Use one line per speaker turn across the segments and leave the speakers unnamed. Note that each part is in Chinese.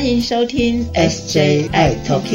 欢迎收听 SJI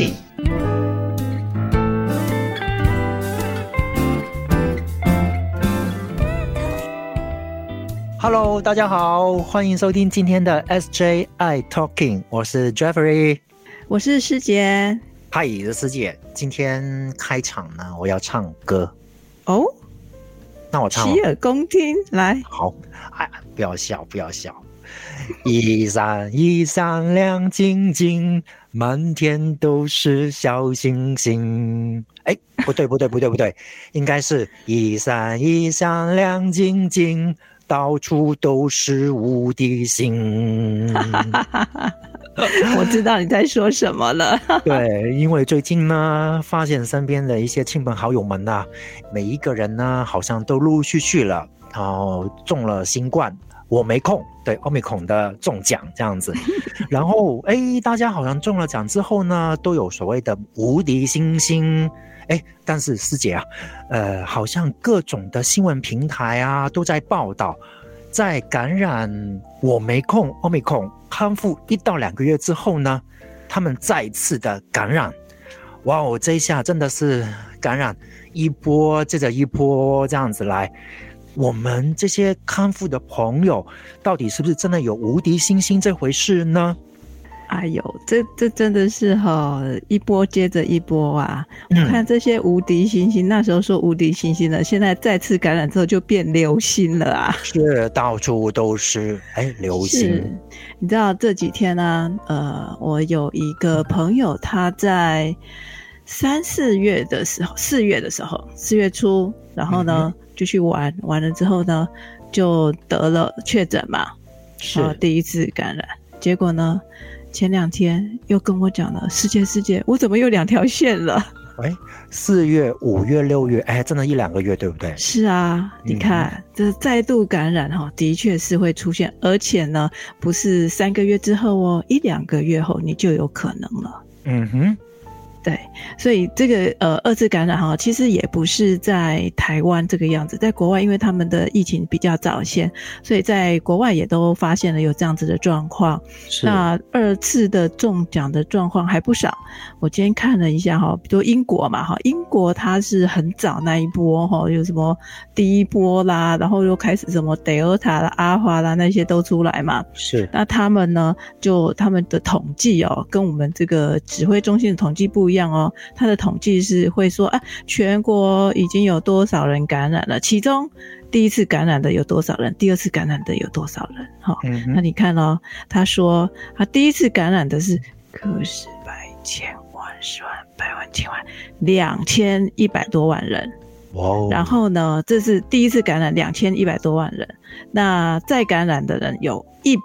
Talking。Hello， 大家好，欢迎收听今天的 SJI Talking， 我是 Jeffrey，
我是师姐。
嗨，师姐，今天开场呢，我要唱歌
哦。
那我唱
洗耳恭听，来。
好，哎，不要笑，不要笑。一闪一闪亮晶晶，满天都是小星星。哎，不对，应该是一闪一闪亮晶晶，到处都是无敌星。
我知道你在说什么了。
对，因为最近呢，发现身边的一些亲朋好友们啊，每一个人呢，好像都陆陆续续了，中了新冠。我没空，对 Omicron 的中奖这样子，然后大家好像中了奖之后呢，都有所谓的无敌星星，但是师姐啊，好像各种的新闻平台啊都在报道，在感染我没空 Omicron 康复1到2个月之后呢，他们再次的感染，哇哦，这一下真的是感染一波接着一波这样子来。我们这些康复的朋友到底是不是真的有无敌星星这回事呢？
哎呦，这真的是一波接着一波啊！我看这些无敌星星，那时候说无敌星星了，现在再次感染之后就变流星了啊！
是，到处都是流星。
你知道这几天呢，我有一个朋友，他在4月的时候，4月初，然后呢就去玩了之后呢，就得了确诊嘛，是第一次感染。结果呢，前2天又跟我讲了，师姐，我怎么又2条线了
？4月、5月、6月，真的1、2个月，对不对？
是啊，你看，这再度感染的确是会出现，而且呢，不是3个月之后哦，1、2个月后你就有可能了。
嗯哼。
对，所以这个2次感染其实也不是在台湾这个样子，在国外因为他们的疫情比较早先，所以在国外也都发现了有这样子的状况。那2次的中奖的状况还不少，我今天看了一下比如英国嘛，英国它是很早那一波有什么第一波啦，然后又开始什么 Delta 啦、阿华啦那些都出来嘛。
是，
那他们呢，就他们的统计跟我们这个指挥中心的统计不一样他的统计是会说全国已经有多少人感染了，其中第一次感染的有多少人，第2次感染的有多少人那你看他说他第一次感染的是个十百千万十万百万千万2100多万人然后呢，这是第一次感染2100多万人，那再感染的人有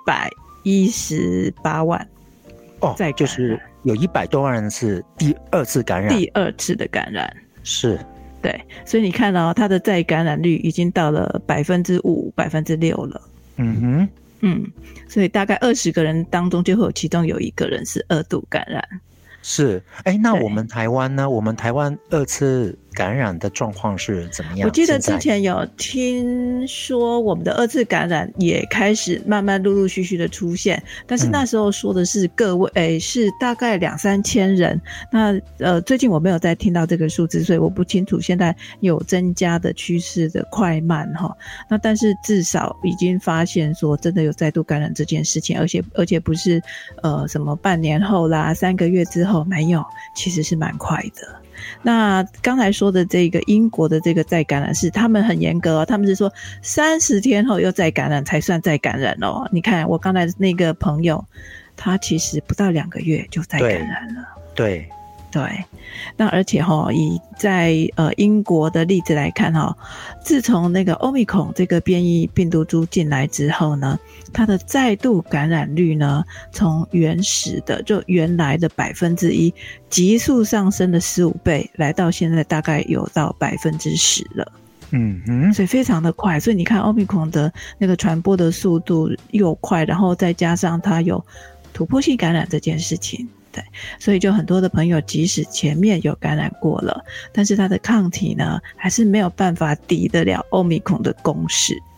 118万再就是有
100多万人是第2次感染，
第2次的感染
是，
对，所以你看它的再感染率已经到了5%、6%了。所以大概20个人当中就会有其中有1个人是2度感染。
是，那我们台湾呢？我们台湾2次感染的状况是怎么样？
我记得之前有听说我们的2次感染也开始慢慢陆陆续续的出现，但是那时候说的是是大概2-3千人。那最近我没有再听到这个数字，所以我不清楚现在有增加的趋势的快慢那但是至少已经发现说真的有再度感染这件事情，而且不是什么半年后啦、3个月之后。没有，其实是蛮快的。那刚才说的这个英国的这个再感染是他们很严格他们是说30天后又再感染才算再感染你看我刚才那个朋友，他其实不到2个月就再感染了。对，那而且以在英国的例子来看自从那个 Omicron 这个变异病毒株进来之后呢，它的再度感染率呢，从原始的就原来的1%急速上升了15倍，来到现在大概有到10%了。所以非常的快，所以你看 Omicron 的那个传播的速度又快，然后再加上它有突破性感染这件事情。对，所以就很多的朋友即使前面有感染过了，但是他的抗体呢还是没有办法抵得了 Omicron 的攻势。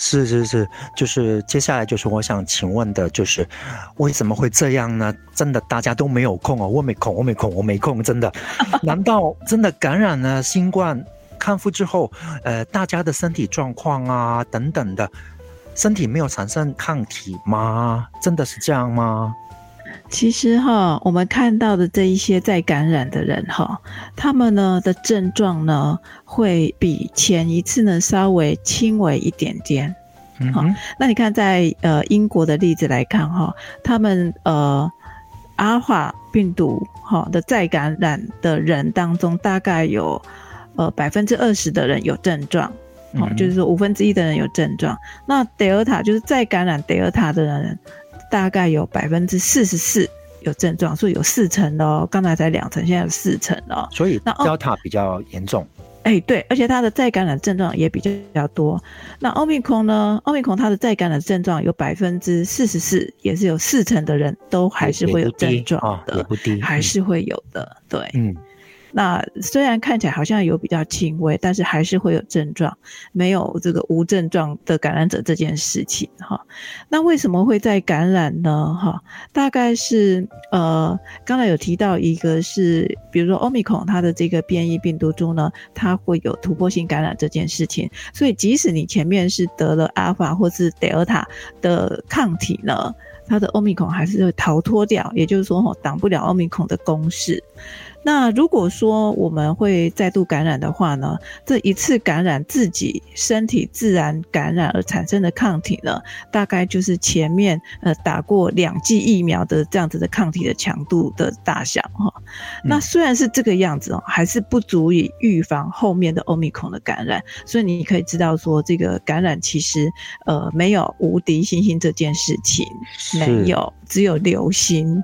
是，就是接下来就是我想请问的，就是为什么会这样呢？真的大家都没有空哦，我没空，真的。难道真的感染了新冠康复之后，大家的身体状况啊等等的，身体没有产生抗体吗？真的是这样吗？
其实我们看到的这一些在感染的人他们呢的症状呢会比前一次呢稍微轻微一点点。那你看在英国的例子来看他们阿尔法病毒的再感染的人当中，大概有20%的人有症状。就是说1/5的人有症状。那德尔塔就是再感染德尔塔的人大概有44%有症状，所以有40%咯，刚才才2%，现在有40%咯。
所以 Delta 比较严重。
对，而且它的再感染症状也比较多。那 Omicron 呢？ Omicron 它的再感染症状有44%，也是有40%的人都还是会有症状的，
也不低，
还是会有的。对，那虽然看起来好像有比较轻微，但是还是会有症状，没有这个无症状的感染者这件事情那为什么会再感染呢？大概是刚才有提到一个是，比如说 Omicron 它的这个变异病毒株呢，它会有突破性感染这件事情，所以即使你前面是得了 Alpha 或是 Delta 的抗体呢，它的 Omicron 还是会逃脱掉，也就是说挡不了 Omicron 的攻势。那如果说我们会再度感染的话呢，这一次感染自己身体自然感染而产生的抗体呢，大概就是前面打过2剂疫苗的这样子的抗体的强度的大小那虽然是这个样子还是不足以预防后面的 Omicron 的感染，所以你可以知道说这个感染其实没有无敌星星这件事情，没有，只有流星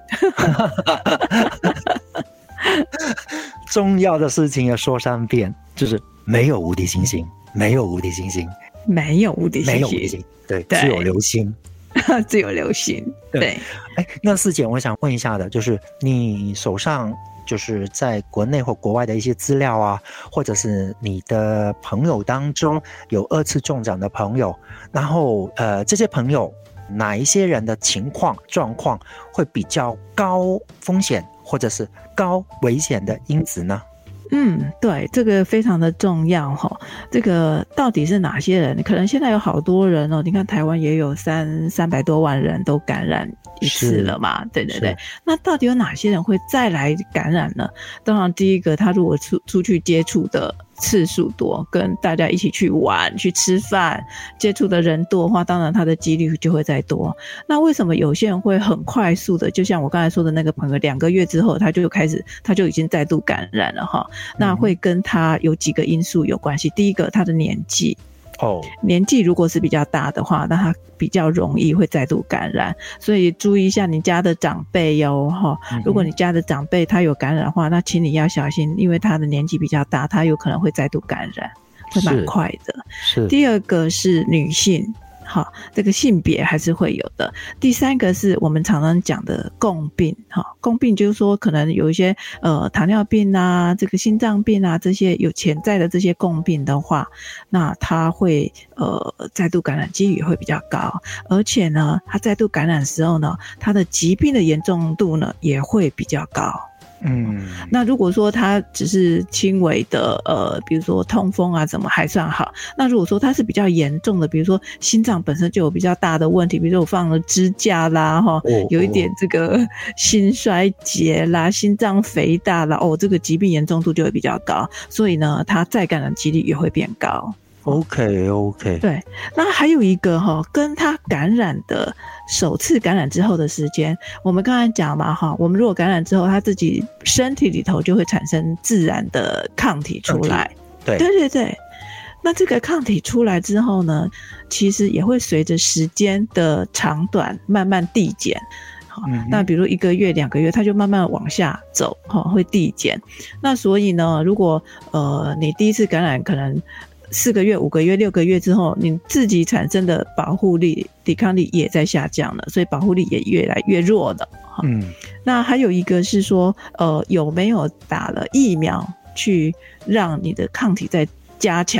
重要的事情要说3遍，就是没有无敌星星，没有无敌星星，
没有无敌星星，
没有无敌星，对，只有流星
只有流星。对，
那四姐我想问一下的，就是你手上就是在国内或国外的一些资料啊，或者是你的朋友当中有2次中奖的朋友，然后这些朋友哪一些人的情况状况会比较高风险或者是高危险的因子呢？
对，这个非常的重要这个到底是哪些人？可能现在有好多人你看台湾也有300多万人都感染一次了嘛，对，那到底有哪些人会再来感染呢？当然第一个，他如果出去接触的次数多，跟大家一起去玩去吃饭接触的人多的话，当然他的几率就会再多。那为什么有些人会很快速的，就像我刚才说的那个朋友2个月之后他就已经再度感染了那会跟他有几个因素有关系。第一个，他的年纪年纪如果是比较大的话，那他比较容易会再度感染，所以注意一下你家的长辈如果你家的长辈他有感染的话，那请你要小心，因为他的年纪比较大，他有可能会再度感染，会蛮快的。第二个是女性，这个性别还是会有的。第3个是我们常常讲的共病，共病就是说可能有一些糖尿病啊，这个心脏病啊，这些有潜在的这些共病的话，那他会再度感染几率也会比较高，而且呢他再度感染的时候呢，他的疾病的严重度呢也会比较高。那如果说他只是轻微的比如说痛风啊怎么还算好，那如果说他是比较严重的，比如说心脏本身就有比较大的问题，比如说我放了支架啦有一点这个心衰竭啦，心脏肥大啦这个疾病严重度就会比较高，所以呢他再感染几率也会变高。
OK，
对，那还有一个跟他感染的首次感染之后的时间，我们刚才讲嘛我们如果感染之后，他自己身体里头就会产生自然的抗体出来。对，那这个抗体出来之后呢，其实也会随着时间的长短慢慢递减。那比如1个月2个月，它就慢慢往下走会递减。那所以呢，如果你第一次感染可能4个月5个月6个月之后，你自己产生的保护力抵抗力也在下降了，所以保护力也越来越弱了。那还有一个是说有没有打了疫苗去让你的抗体再加强。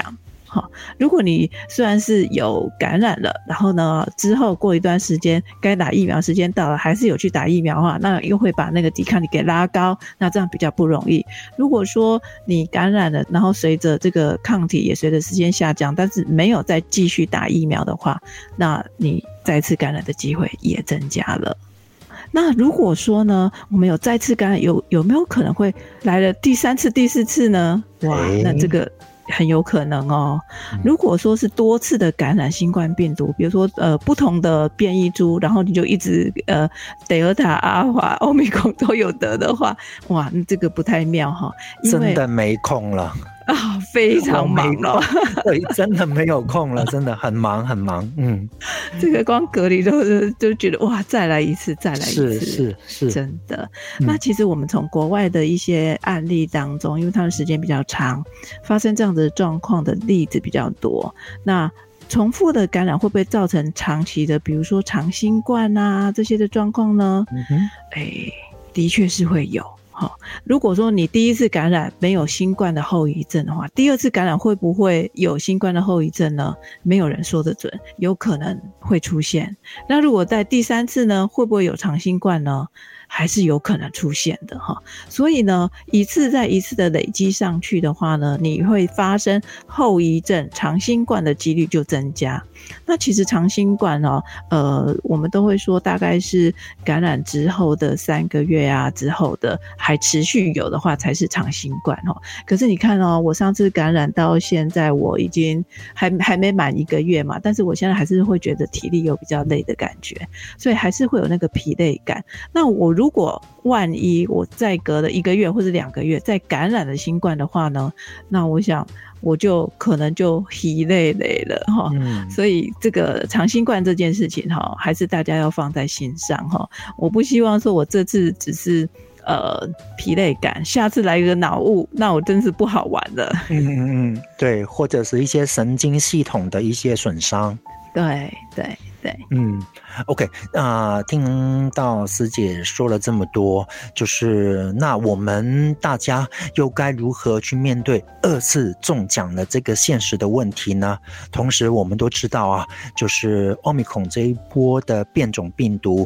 如果你虽然是有感染了，然后呢之后过一段时间该打疫苗时间到了还是有去打疫苗的话，那又会把那个抵抗力给拉高，那这样比较不容易。如果说你感染了，然后随着这个抗体也随着时间下降，但是没有再继续打疫苗的话，那你再次感染的机会也增加了。那如果说呢我们有再次感染，有没有可能会来了第3次第4次呢？哇，那这个很有可能哦。如果说是多次的感染新冠病毒，比如说不同的变异株，然后你就一直德尔塔、阿尔法、欧米孔都有得的话，哇，这个不太妙哈。
真的没空了
啊，非常忙了。
对，真的没有空了，真的很忙很忙。
这个光隔离就觉得哇，再来一次，再来一次，
是
真的。那其实我们从国外的一些案例当中，因为他们时间比较长，发生这样的状况的例子比较多。那重复的感染会不会造成长期的，比如说长新冠啊这些的状况呢？的确是会有。如果说你第一次感染没有新冠的后遗症的话，第二次感染会不会有新冠的后遗症呢？没有人说得准，有可能会出现。那如果在第3次呢，会不会有长新冠呢？还是有可能出现的哈。所以呢，一次再一次的累积上去的话呢，你会发生后遗症、长新冠的几率就增加。那其实长新冠我们都会说大概是感染之后的3个月啊之后的还持续有的话才是长新冠可是你看我上次感染到现在我已经还没满1个月嘛，但是我现在还是会觉得体力有比较累的感觉，所以还是会有那个疲累感。那我如果万一我再隔了1个月或者2个月再感染了新冠的话呢，那我想我就可能就疲累了所以这个长新冠这件事情还是大家要放在心上我不希望说我这次只是疲累感，下次来一个脑雾，那我真是不好玩了。
对，或者是一些神经系统的一些损伤。
对。
OK， 听到师姐说了这么多，就是那我们大家又该如何去面对2次中奖的这个现实的问题呢？同时我们都知道就是 Omicron 这一波的变种病毒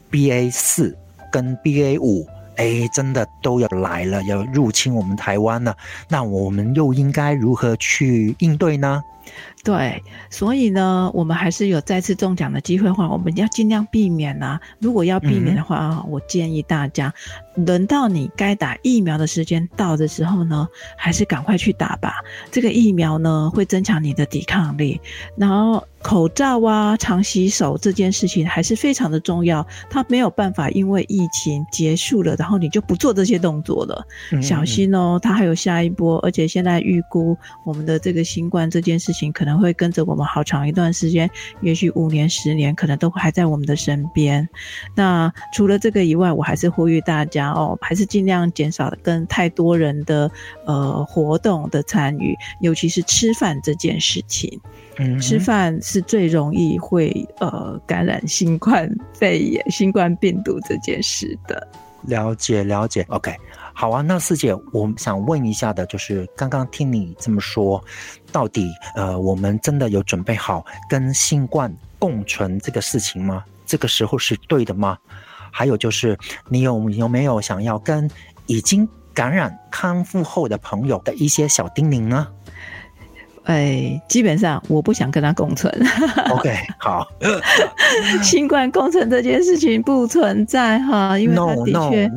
BA4 跟 BA5真的都要来了，要入侵我们台湾了，那我们又应该如何去应对呢？
对，所以呢我们还是有再次中奖的机会的话，我们要尽量避免如果要避免的话我建议大家轮到你该打疫苗的时间到的时候呢，还是赶快去打吧。这个疫苗呢会增强你的抵抗力，然后口罩常洗手这件事情还是非常的重要，它没有办法因为疫情结束了然后你就不做这些动作了，小心它还有下一波。而且现在预估我们的这个新冠这件事情可能会跟着我们好长一段时间，也许5年10年可能都还在我们的身边。那除了这个以外，我还是呼吁大家还是尽量减少跟太多人的活动的参与，尤其是吃饭这件事情。吃饭是最容易会感染新冠肺炎、新冠病毒这件事的。
了解 OK， 好啊。那师姐我想问一下的就是刚刚听你这么说，到底我们真的有准备好跟新冠共存这个事情吗？这个时候是对的吗？还有就是你有没有想要跟已经感染康复后的朋友的一些小叮咛呢？
基本上我不想跟他共存。
OK， 好。
新冠共存这件事情不存在因为它的确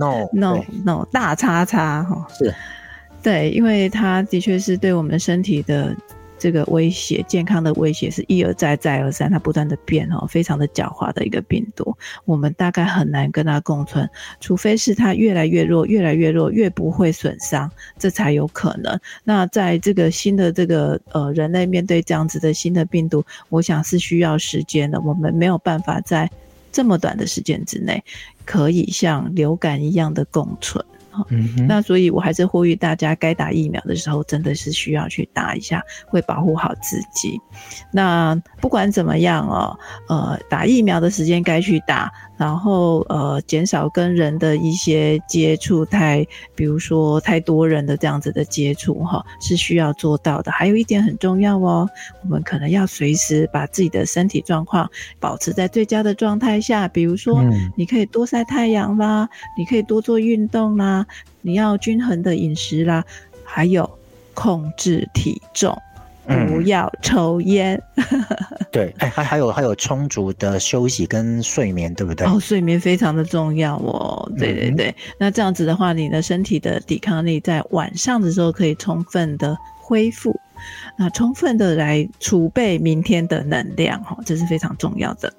no 大叉叉
是，
对，因为它的确是对我们身体的这个威胁，健康的威胁是一而再再而三，它不断的变非常的狡猾的一个病毒，我们大概很难跟它共存，除非是它越来越弱越来越弱，越不会损伤，这才有可能。那在这个新的这个人类面对这样子的新的病毒，我想是需要时间的，我们没有办法在这么短的时间之内可以像流感一样的共存。那所以我还是呼吁大家该打疫苗的时候真的是需要去打一下，会保护好自己。那不管怎么样打疫苗的时间该去打， 然后减少跟人的一些接触，比如说太多人的这样子的接触是需要做到的。还有一点很重要哦，我们可能要随时把自己的身体状况保持在最佳的状态下，比如说你可以多晒太阳啦，你可以多做运动啦，你要均衡的饮食啦，还有控制体重，不要抽烟。
对，还有充足的休息跟睡眠，对不对？
睡眠非常的重要哦。对对对，那这样子的话，你的身体的抵抗力在晚上的时候可以充分的恢复，那充分的来储备明天的能量，这是非常重要的。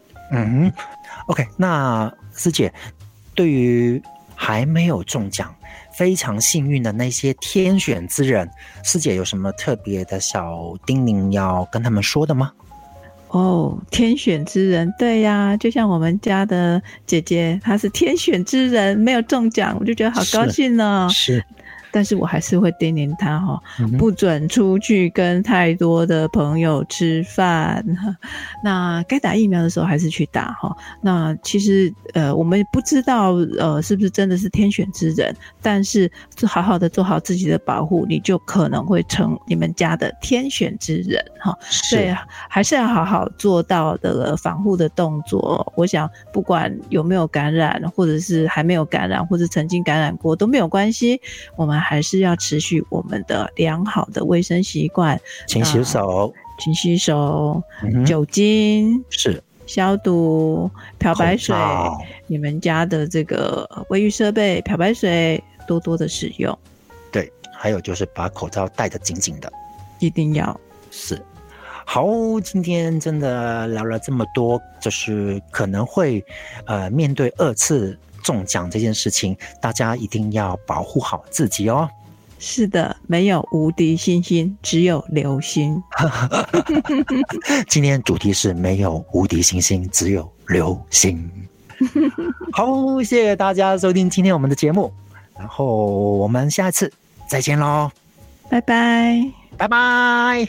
OK， 那师姐，对于还没有中奖非常幸运的那些天选之人，师姐有什么特别的小叮咛要跟他们说的吗？
天选之人，对呀，就像我们家的姐姐，她是天选之人，没有中奖，我就觉得好高兴哦。
是。
但是我还是会叮咛他不准出去跟太多的朋友吃饭。那该打疫苗的时候还是去打那其实我们不知道是不是真的是天选之人，但是好好的做好自己的保护，你就可能会成你们家的天选之人所以还是要好好做到的防护的动作。我想不管有没有感染，或者是还没有感染，或者曾经感染过都没有关系，我们还是要持续我们的良好的卫生习惯，
勤洗手，
酒精
是
消毒，漂白水，你们家的这个卫浴设备漂白水多多的使用。
对，还有就是把口罩戴得紧紧的，
一定要。
是。好，今天真的聊了这么多，就是可能会面对2次中奖这件事情，大家一定要保护好自己哦。
是的，没有无敌星星，只有流星。
今天主题是没有无敌星星，只有流星。好，谢谢大家收听今天我们的节目，然后我们下次再见咯，
拜拜，
拜拜。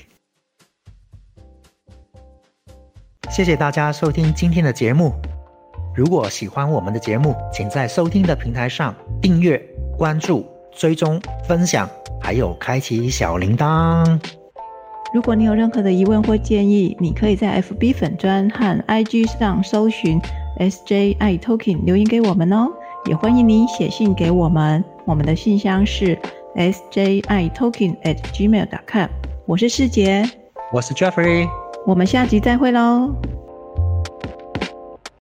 谢谢大家收听今天的节目。如果喜欢我们的节目，请在收听的平台上订阅、关注、追踪、分享，还有开启小铃铛。
如果你有任何的疑问或建议，你可以在 FB 粉专和 IG 上搜寻 SJI Talking 留言给我们哦。也欢迎你写信给我们，我们的信箱是 sjitalking@gmail.com。我是世杰，
我是 Jeffrey，
我们下集再会咯。